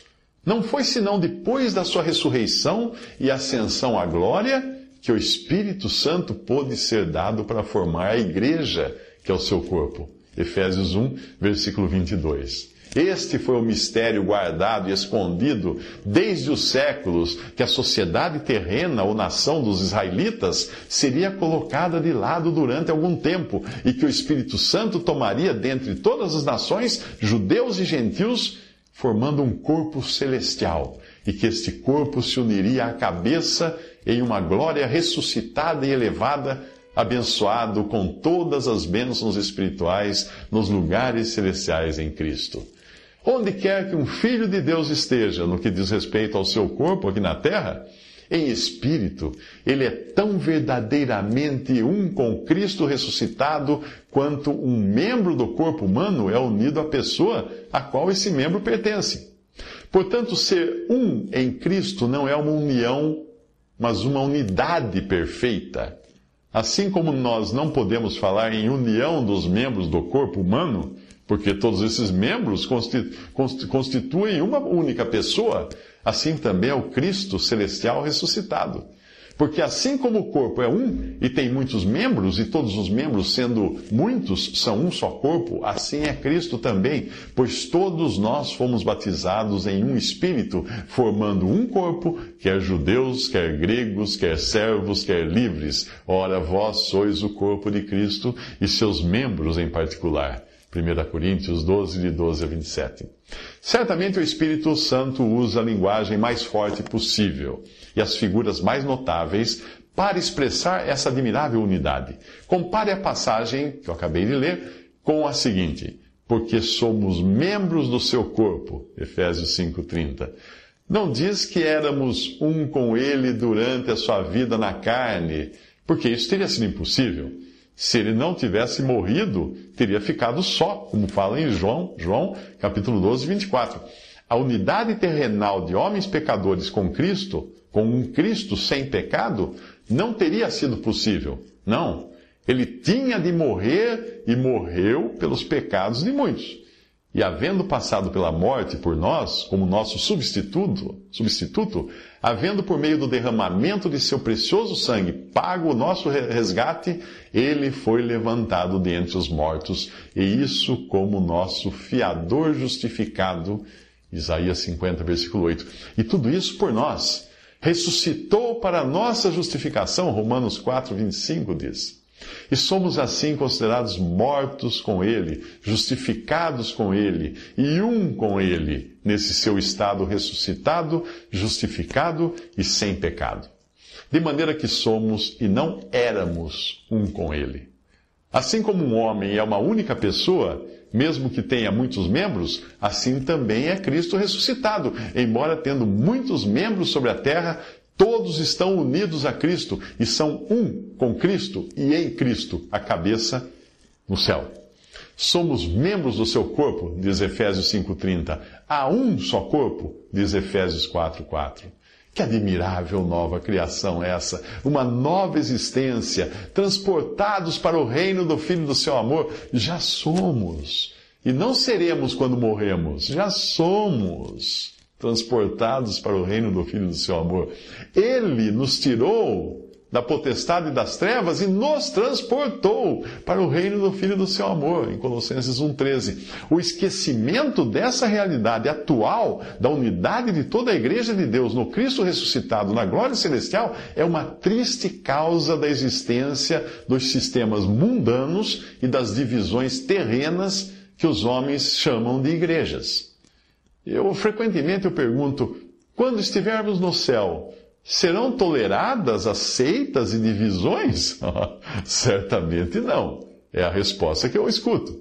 Não foi senão depois da sua ressurreição e ascensão à glória que o Espírito Santo pôde ser dado para formar a igreja, que é o seu corpo. Efésios um, versículo vinte e dois. Este foi o mistério guardado e escondido desde os séculos, que a sociedade terrena ou nação dos israelitas seria colocada de lado durante algum tempo e que o Espírito Santo tomaria dentre todas as nações, judeus e gentios, formando um corpo celestial, e que este corpo se uniria à cabeça em uma glória ressuscitada e elevada, abençoado com todas as bênçãos espirituais nos lugares celestiais em Cristo. Onde quer que um filho de Deus esteja, no que diz respeito ao seu corpo aqui na terra, em espírito, ele é tão verdadeiramente um com Cristo ressuscitado, quanto um membro do corpo humano é unido à pessoa a qual esse membro pertence. Portanto, ser um em Cristo não é uma união, mas uma unidade perfeita. Assim como nós não podemos falar em união dos membros do corpo humano, porque todos esses membros constituem uma única pessoa, assim também é o Cristo celestial ressuscitado. Porque assim como o corpo é um e tem muitos membros, e todos os membros, sendo muitos, são um só corpo, assim é Cristo também, pois todos nós fomos batizados em um Espírito, formando um corpo, quer judeus, quer gregos, quer servos, quer livres. Ora, vós sois o corpo de Cristo e seus membros em particular. primeira Coríntios doze, de doze a vinte e sete. Certamente o Espírito Santo usa a linguagem mais forte possível e as figuras mais notáveis para expressar essa admirável unidade. Compare a passagem que eu acabei de ler com a seguinte: porque somos membros do seu corpo, Efésios cinco, trinta. Não diz que éramos um com ele durante a sua vida na carne, porque isso teria sido impossível. Se ele não tivesse morrido, teria ficado só, como fala em João, João, capítulo doze, vinte e quatro. A unidade terrenal de homens pecadores com Cristo, com um Cristo sem pecado, não teria sido possível. Não. Ele tinha de morrer e morreu pelos pecados de muitos. E havendo passado pela morte por nós, como nosso substituto, substituto, havendo por meio do derramamento de seu precioso sangue pago o nosso resgate, ele foi levantado dentre os mortos, e isso como nosso fiador justificado, Isaías cinquenta, versículo oito. E tudo isso por nós. Ressuscitou para nossa justificação, Romanos quatro, vinte e cinco diz. E somos assim considerados mortos com Ele, justificados com Ele e um com Ele, nesse seu estado ressuscitado, justificado e sem pecado. De maneira que somos e não éramos um com Ele. Assim como um homem é uma única pessoa, mesmo que tenha muitos membros, assim também é Cristo ressuscitado, embora tendo muitos membros sobre a terra, todos estão unidos a Cristo e são um com Cristo e em Cristo, a cabeça no céu. Somos membros do seu corpo, diz Efésios cinco, trinta. Há um só corpo, diz Efésios quatro, quatro. Que admirável nova criação essa, uma nova existência, transportados para o reino do Filho do seu amor. Já somos, e não seremos quando morremos, já somos transportados para o reino do Filho do seu amor. Ele nos tirou da potestade das trevas e nos transportou para o reino do Filho do seu amor, em Colossenses um, treze. O esquecimento dessa realidade atual, da unidade de toda a igreja de Deus no Cristo ressuscitado, na glória celestial, é uma triste causa da existência dos sistemas mundanos e das divisões terrenas que os homens chamam de igrejas. Eu frequentemente eu pergunto, quando estivermos no céu, serão toleradas as seitas e divisões? Certamente não. É a resposta que eu escuto.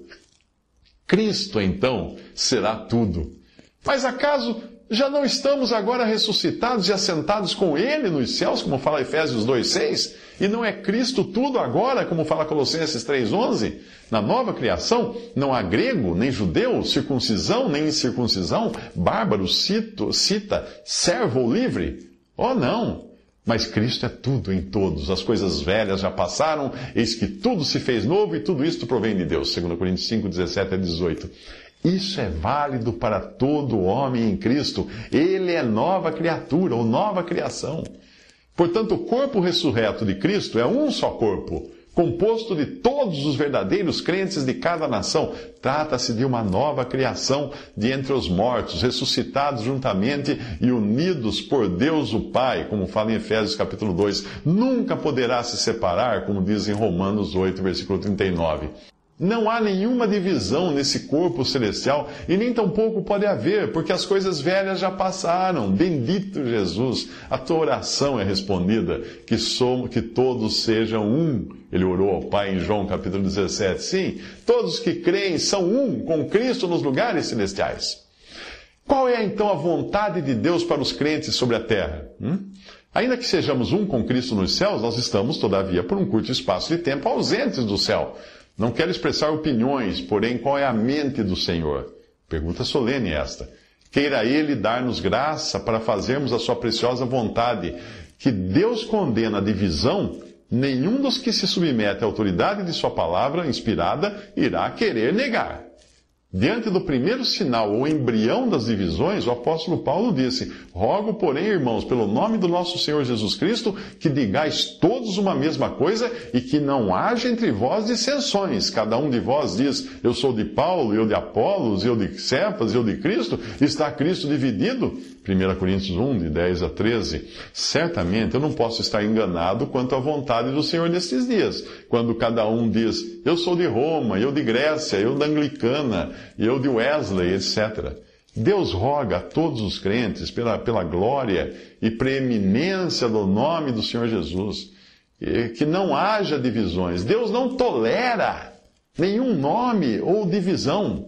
Cristo, então, será tudo. Mas acaso já não estamos agora ressuscitados e assentados com Ele nos céus, como fala Efésios dois, seis? E não é Cristo tudo agora, como fala Colossenses três, onze? Na nova criação, não há grego, nem judeu, circuncisão, nem incircuncisão, bárbaro, cito, cita, servo ou livre? Oh, não! Mas Cristo é tudo em todos. As coisas velhas já passaram, eis que tudo se fez novo e tudo isto provém de Deus. Segundo Coríntios cinco, dezessete a dezoito. Isso é válido para todo homem em Cristo. Ele é nova criatura ou nova criação. Portanto, o corpo ressurreto de Cristo é um só corpo, composto de todos os verdadeiros crentes de cada nação. Trata-se de uma nova criação de entre os mortos, ressuscitados juntamente e unidos por Deus o Pai, como fala em Efésios capítulo dois. Nunca poderá se separar, como diz em Romanos oito, versículo trinta e nove. Não há nenhuma divisão nesse corpo celestial e nem tampouco pode haver, porque as coisas velhas já passaram. Bendito Jesus! A tua oração é respondida, que, somos, que todos sejam um. Ele orou ao Pai em João capítulo dezessete. Sim, todos que creem são um com Cristo nos lugares celestiais. Qual é então a vontade de Deus para os crentes sobre a terra? Hum? Ainda que sejamos um com Cristo nos céus, nós estamos, todavia, por um curto espaço de tempo, ausentes do céu. Não quero expressar opiniões, porém, qual é a mente do Senhor? Pergunta solene esta. Queira Ele dar-nos graça para fazermos a sua preciosa vontade. Que Deus condena a divisão, nenhum dos que se submete à autoridade de sua palavra inspirada irá querer negar. Diante do primeiro sinal ou embrião das divisões, o apóstolo Paulo disse: rogo, porém, irmãos, pelo nome do nosso Senhor Jesus Cristo, que digais todos uma mesma coisa e que não haja entre vós dissensões. Cada um de vós diz: eu sou de Paulo, eu de Apolos, eu de Cefas, eu de Cristo. Está Cristo dividido? primeira Coríntios um, de dez a treze. Certamente eu não posso estar enganado quanto à vontade do Senhor nestes dias, quando cada um diz: eu sou de Roma, eu de Grécia, eu da Anglicana, eu de Wesley, etcétera. Deus roga a todos os crentes pela, pela glória e preeminência do nome do Senhor Jesus, que não haja divisões. Deus não tolera nenhum nome ou divisão.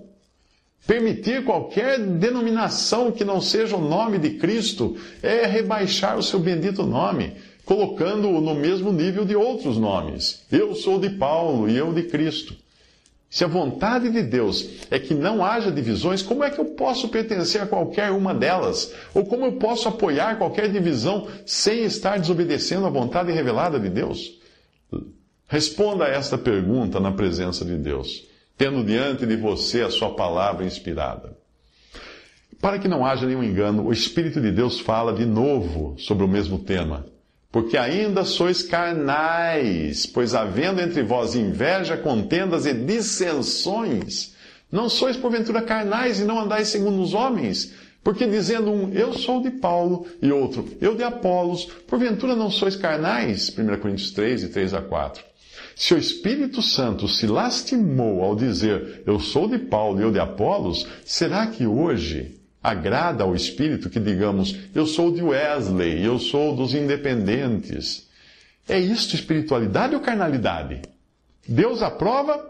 Permitir qualquer denominação que não seja o nome de Cristo é rebaixar o seu bendito nome, colocando-o no mesmo nível de outros nomes. Eu sou de Paulo e eu de Cristo. Se a vontade de Deus é que não haja divisões, como é que eu posso pertencer a qualquer uma delas? Ou como eu posso apoiar qualquer divisão sem estar desobedecendo à vontade revelada de Deus? Responda a esta pergunta na presença de Deus, tendo diante de você a sua palavra inspirada. Para que não haja nenhum engano, o Espírito de Deus fala de novo sobre o mesmo tema. Porque ainda sois carnais, pois havendo entre vós inveja, contendas e dissensões, não sois porventura carnais e não andais segundo os homens? Porque dizendo um, eu sou de Paulo, e outro, eu de Apolos, porventura não sois carnais? primeira Coríntios três, de três a quatro. Se o Espírito Santo se lastimou ao dizer, eu sou de Paulo e eu de Apolos, será que hoje agrada ao Espírito que digamos, eu sou de Wesley, eu sou dos independentes? É isto espiritualidade ou carnalidade? Deus aprova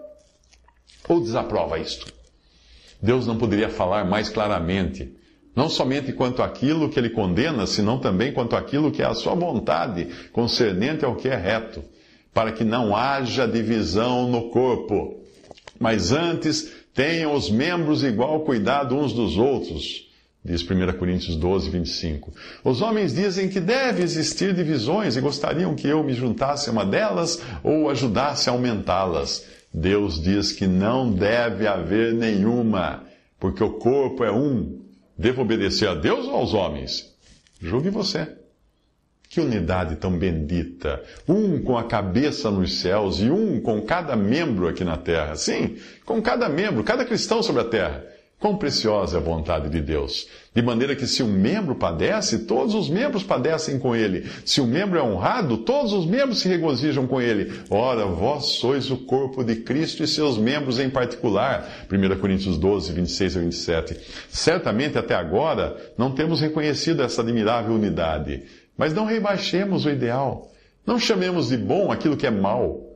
ou desaprova isto? Deus não poderia falar mais claramente, não somente quanto àquilo que Ele condena, senão também quanto àquilo que é a sua vontade, concernente ao que é reto, para que não haja divisão no corpo, mas antes tenham os membros igual cuidado uns dos outros, diz primeira Coríntios doze, vinte e cinco. Os homens dizem que deve existir divisões e gostariam que eu me juntasse a uma delas ou ajudasse a aumentá-las. Deus diz que não deve haver nenhuma, porque o corpo é um. Devo obedecer a Deus ou aos homens? Julgue você. Que unidade tão bendita! Um com a cabeça nos céus e um com cada membro aqui na terra. Sim, com cada membro, cada cristão sobre a terra. Quão preciosa é a vontade de Deus! De maneira que se um membro padece, todos os membros padecem com ele. Se um membro é honrado, todos os membros se regozijam com ele. Ora, vós sois o corpo de Cristo e seus membros em particular. primeira Coríntios doze, vinte e seis a vinte e sete. Certamente até agora não temos reconhecido essa admirável unidade. Mas não rebaixemos o ideal. Não chamemos de bom aquilo que é mau.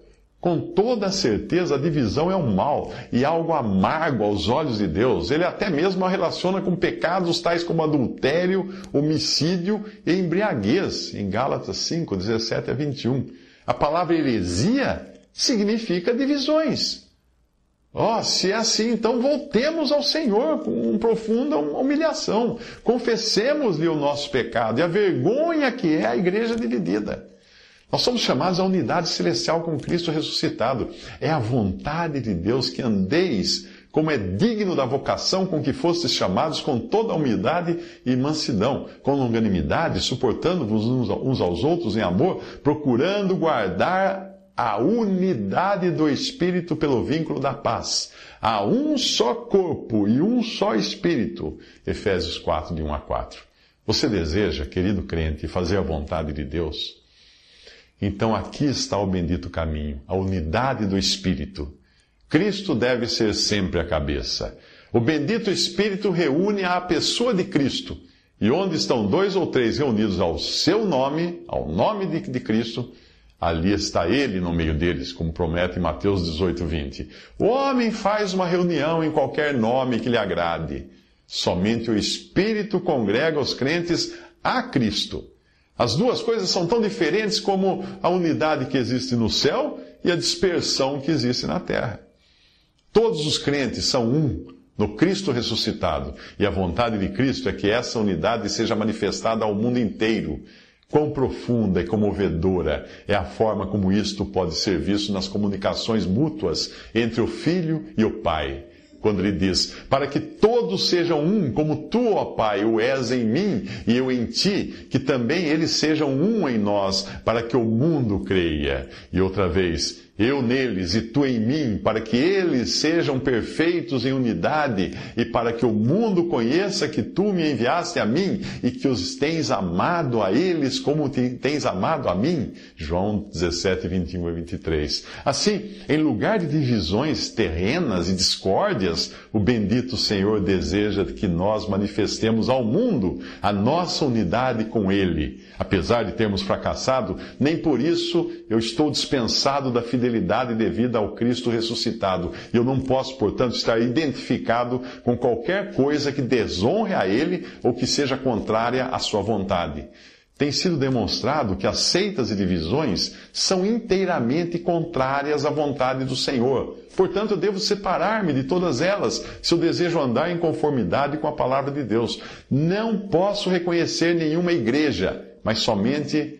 Com toda certeza, a divisão é um mal e algo amargo aos olhos de Deus. Ele até mesmo a relaciona com pecados tais como adultério, homicídio e embriaguez, em Gálatas cinco, dezessete a vinte e um. A palavra heresia significa divisões. Ó, oh, se é assim, então voltemos ao Senhor com profunda humilhação. Confessemos-lhe o nosso pecado e a vergonha que é a igreja dividida. Nós somos chamados à unidade celestial com Cristo ressuscitado. É a vontade de Deus que andeis como é digno da vocação com que fostes chamados, com toda a humildade e mansidão, com longanimidade, suportando-vos uns aos outros em amor, procurando guardar a unidade do Espírito pelo vínculo da paz. Há um só corpo e um só Espírito. Efésios quatro, de um a quatro. Você deseja, querido crente, fazer a vontade de Deus? Então aqui está o bendito caminho, a unidade do Espírito. Cristo deve ser sempre a cabeça. O bendito Espírito reúne a pessoa de Cristo. E onde estão dois ou três reunidos ao seu nome, ao nome de, de Cristo, ali está Ele no meio deles, como promete em Mateus dezoito, vinte. O homem faz uma reunião em qualquer nome que lhe agrade. Somente o Espírito congrega os crentes a Cristo. As duas coisas são tão diferentes como a unidade que existe no céu e a dispersão que existe na terra. Todos os crentes são um no Cristo ressuscitado, e a vontade de Cristo é que essa unidade seja manifestada ao mundo inteiro. Quão profunda e comovedora é a forma como isto pode ser visto nas comunicações mútuas entre o Filho e o Pai. Quando ele diz, para que todos sejam um, como tu, ó Pai, o és em mim e eu em ti, que também eles sejam um em nós, para que o mundo creia. E outra vez, eu neles e tu em mim, para que eles sejam perfeitos em unidade e para que o mundo conheça que tu me enviaste a mim e que os tens amado a eles como tens amado a mim. João dezessete, vinte e um a vinte e três. Assim, em lugar de divisões terrenas e discórdias, o bendito Senhor deseja que nós manifestemos ao mundo a nossa unidade com Ele. Apesar de termos fracassado, nem por isso eu estou dispensado da fidelidade fidelidade devida ao Cristo ressuscitado. E eu não posso, portanto, estar identificado com qualquer coisa que desonre a Ele ou que seja contrária à sua vontade. Tem sido demonstrado que as seitas e divisões são inteiramente contrárias à vontade do Senhor. Portanto, eu devo separar-me de todas elas, se eu desejo andar em conformidade com a palavra de Deus. Não posso reconhecer nenhuma igreja, mas somente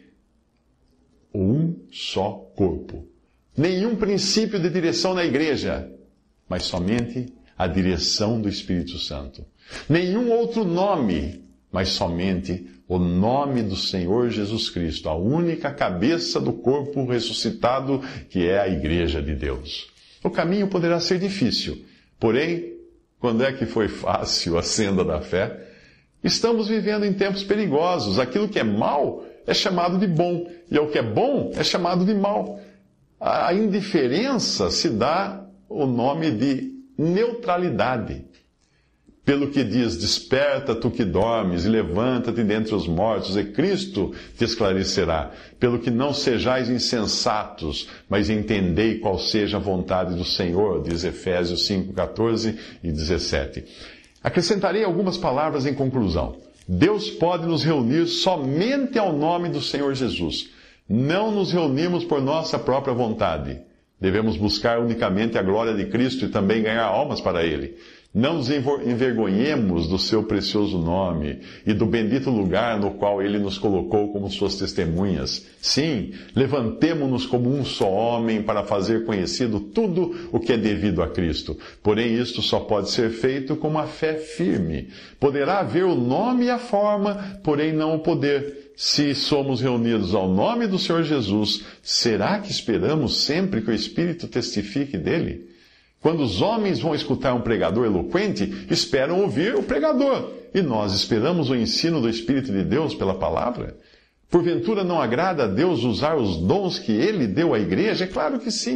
um só corpo. Nenhum princípio de direção na igreja, mas somente a direção do Espírito Santo. Nenhum outro nome, mas somente o nome do Senhor Jesus Cristo, a única cabeça do corpo ressuscitado, que é a igreja de Deus. O caminho poderá ser difícil, porém, quando é que foi fácil a senda da fé? Estamos vivendo em tempos perigosos. Aquilo que é mal é chamado de bom, e o que é bom é chamado de mal. A indiferença se dá o nome de neutralidade. Pelo que diz, desperta tu que dormes e levanta-te dentre os mortos e Cristo te esclarecerá. Pelo que não sejais insensatos, mas entendei qual seja a vontade do Senhor, diz Efésios cinco, quatorze e dezessete. Acrescentarei algumas palavras em conclusão. Deus pode nos reunir somente ao nome do Senhor Jesus. Não nos reunimos por nossa própria vontade. Devemos buscar unicamente a glória de Cristo e também ganhar almas para Ele. Não nos envergonhemos do seu precioso nome e do bendito lugar no qual Ele nos colocou como suas testemunhas. Sim, levantemo-nos como um só homem para fazer conhecido tudo o que é devido a Cristo. Porém, isto só pode ser feito com uma fé firme. Poderá haver o nome e a forma, porém não o poder. Se somos reunidos ao nome do Senhor Jesus, será que esperamos sempre que o Espírito testifique dele? Quando os homens vão escutar um pregador eloquente, esperam ouvir o pregador. E nós esperamos o ensino do Espírito de Deus pela palavra? Porventura não agrada a Deus usar os dons que Ele deu à igreja? É claro que sim.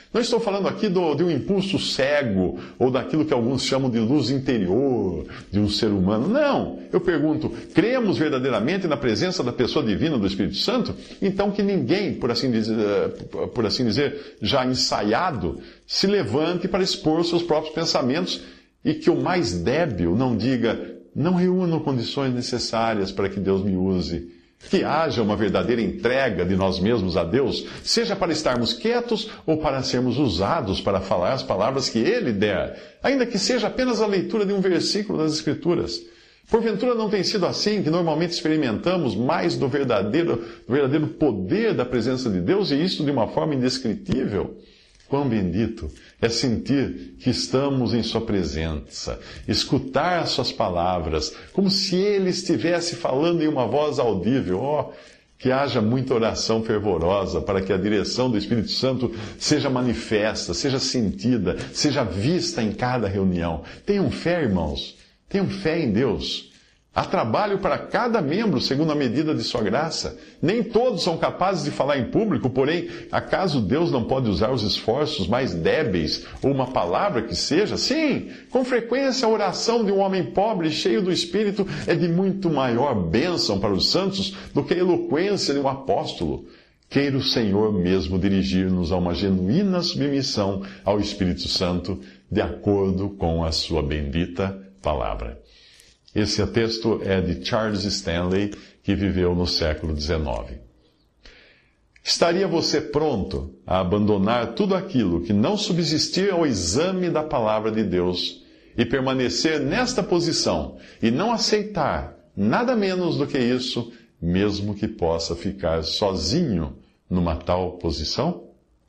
Não estou falando aqui do, de um impulso cego ou daquilo que alguns chamam de luz interior de um ser humano. Não. Eu pergunto, cremos verdadeiramente na presença da pessoa divina do Espírito Santo? Então que ninguém, por assim dizer, por assim dizer, já ensaiado, se levante para expor seus próprios pensamentos e que o mais débil não diga, não reúno condições necessárias para que Deus me use. Que haja uma verdadeira entrega de nós mesmos a Deus, seja para estarmos quietos ou para sermos usados para falar as palavras que Ele der, ainda que seja apenas a leitura de um versículo das Escrituras. Porventura não tem sido assim que normalmente experimentamos mais do verdadeiro, do verdadeiro poder da presença de Deus e isto de uma forma indescritível? Quão bendito é sentir que estamos em Sua presença, escutar as Suas palavras, como se Ele estivesse falando em uma voz audível. Oh, que haja muita oração fervorosa para que a direção do Espírito Santo seja manifesta, seja sentida, seja vista em cada reunião. Tenham fé, irmãos, tenham fé em Deus. Há trabalho para cada membro, segundo a medida de sua graça. Nem todos são capazes de falar em público, porém, acaso Deus não pode usar os esforços mais débeis, ou uma palavra que seja? Sim, com frequência a oração de um homem pobre, cheio do Espírito, é de muito maior bênção para os santos do que a eloquência de um apóstolo. Queira o Senhor mesmo dirigir-nos a uma genuína submissão ao Espírito Santo, de acordo com a sua bendita palavra. Esse texto é de Charles Stanley, que viveu no século dezenove. Estaria você pronto a abandonar tudo aquilo que não subsistir ao exame da palavra de Deus e permanecer nesta posição e não aceitar nada menos do que isso, mesmo que possa ficar sozinho numa tal posição?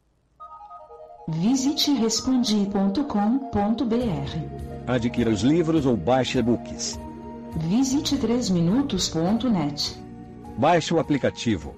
Visite respondi ponto com ponto br. Adquira os livros ou baixe e-books. Visite três minutos ponto net. Baixe o aplicativo.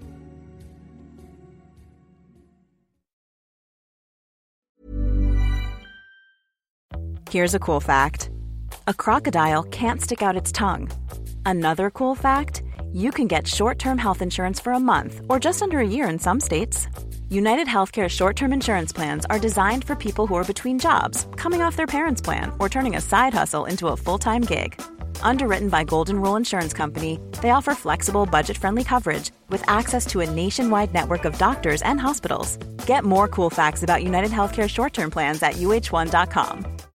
Here's a cool fact. A crocodile can't stick out its tongue. Another cool fact, you can get short-term health insurance for a month or just under a year in some states. United Healthcare short-term insurance plans are designed for people who are between jobs, coming off their parents' plan, or turning a side hustle into a full-time gig. Underwritten by Golden Rule Insurance Company, they offer flexible, budget-friendly coverage with access to a nationwide network of doctors and hospitals. Get more cool facts about United Healthcare short-term plans at U H one dot com.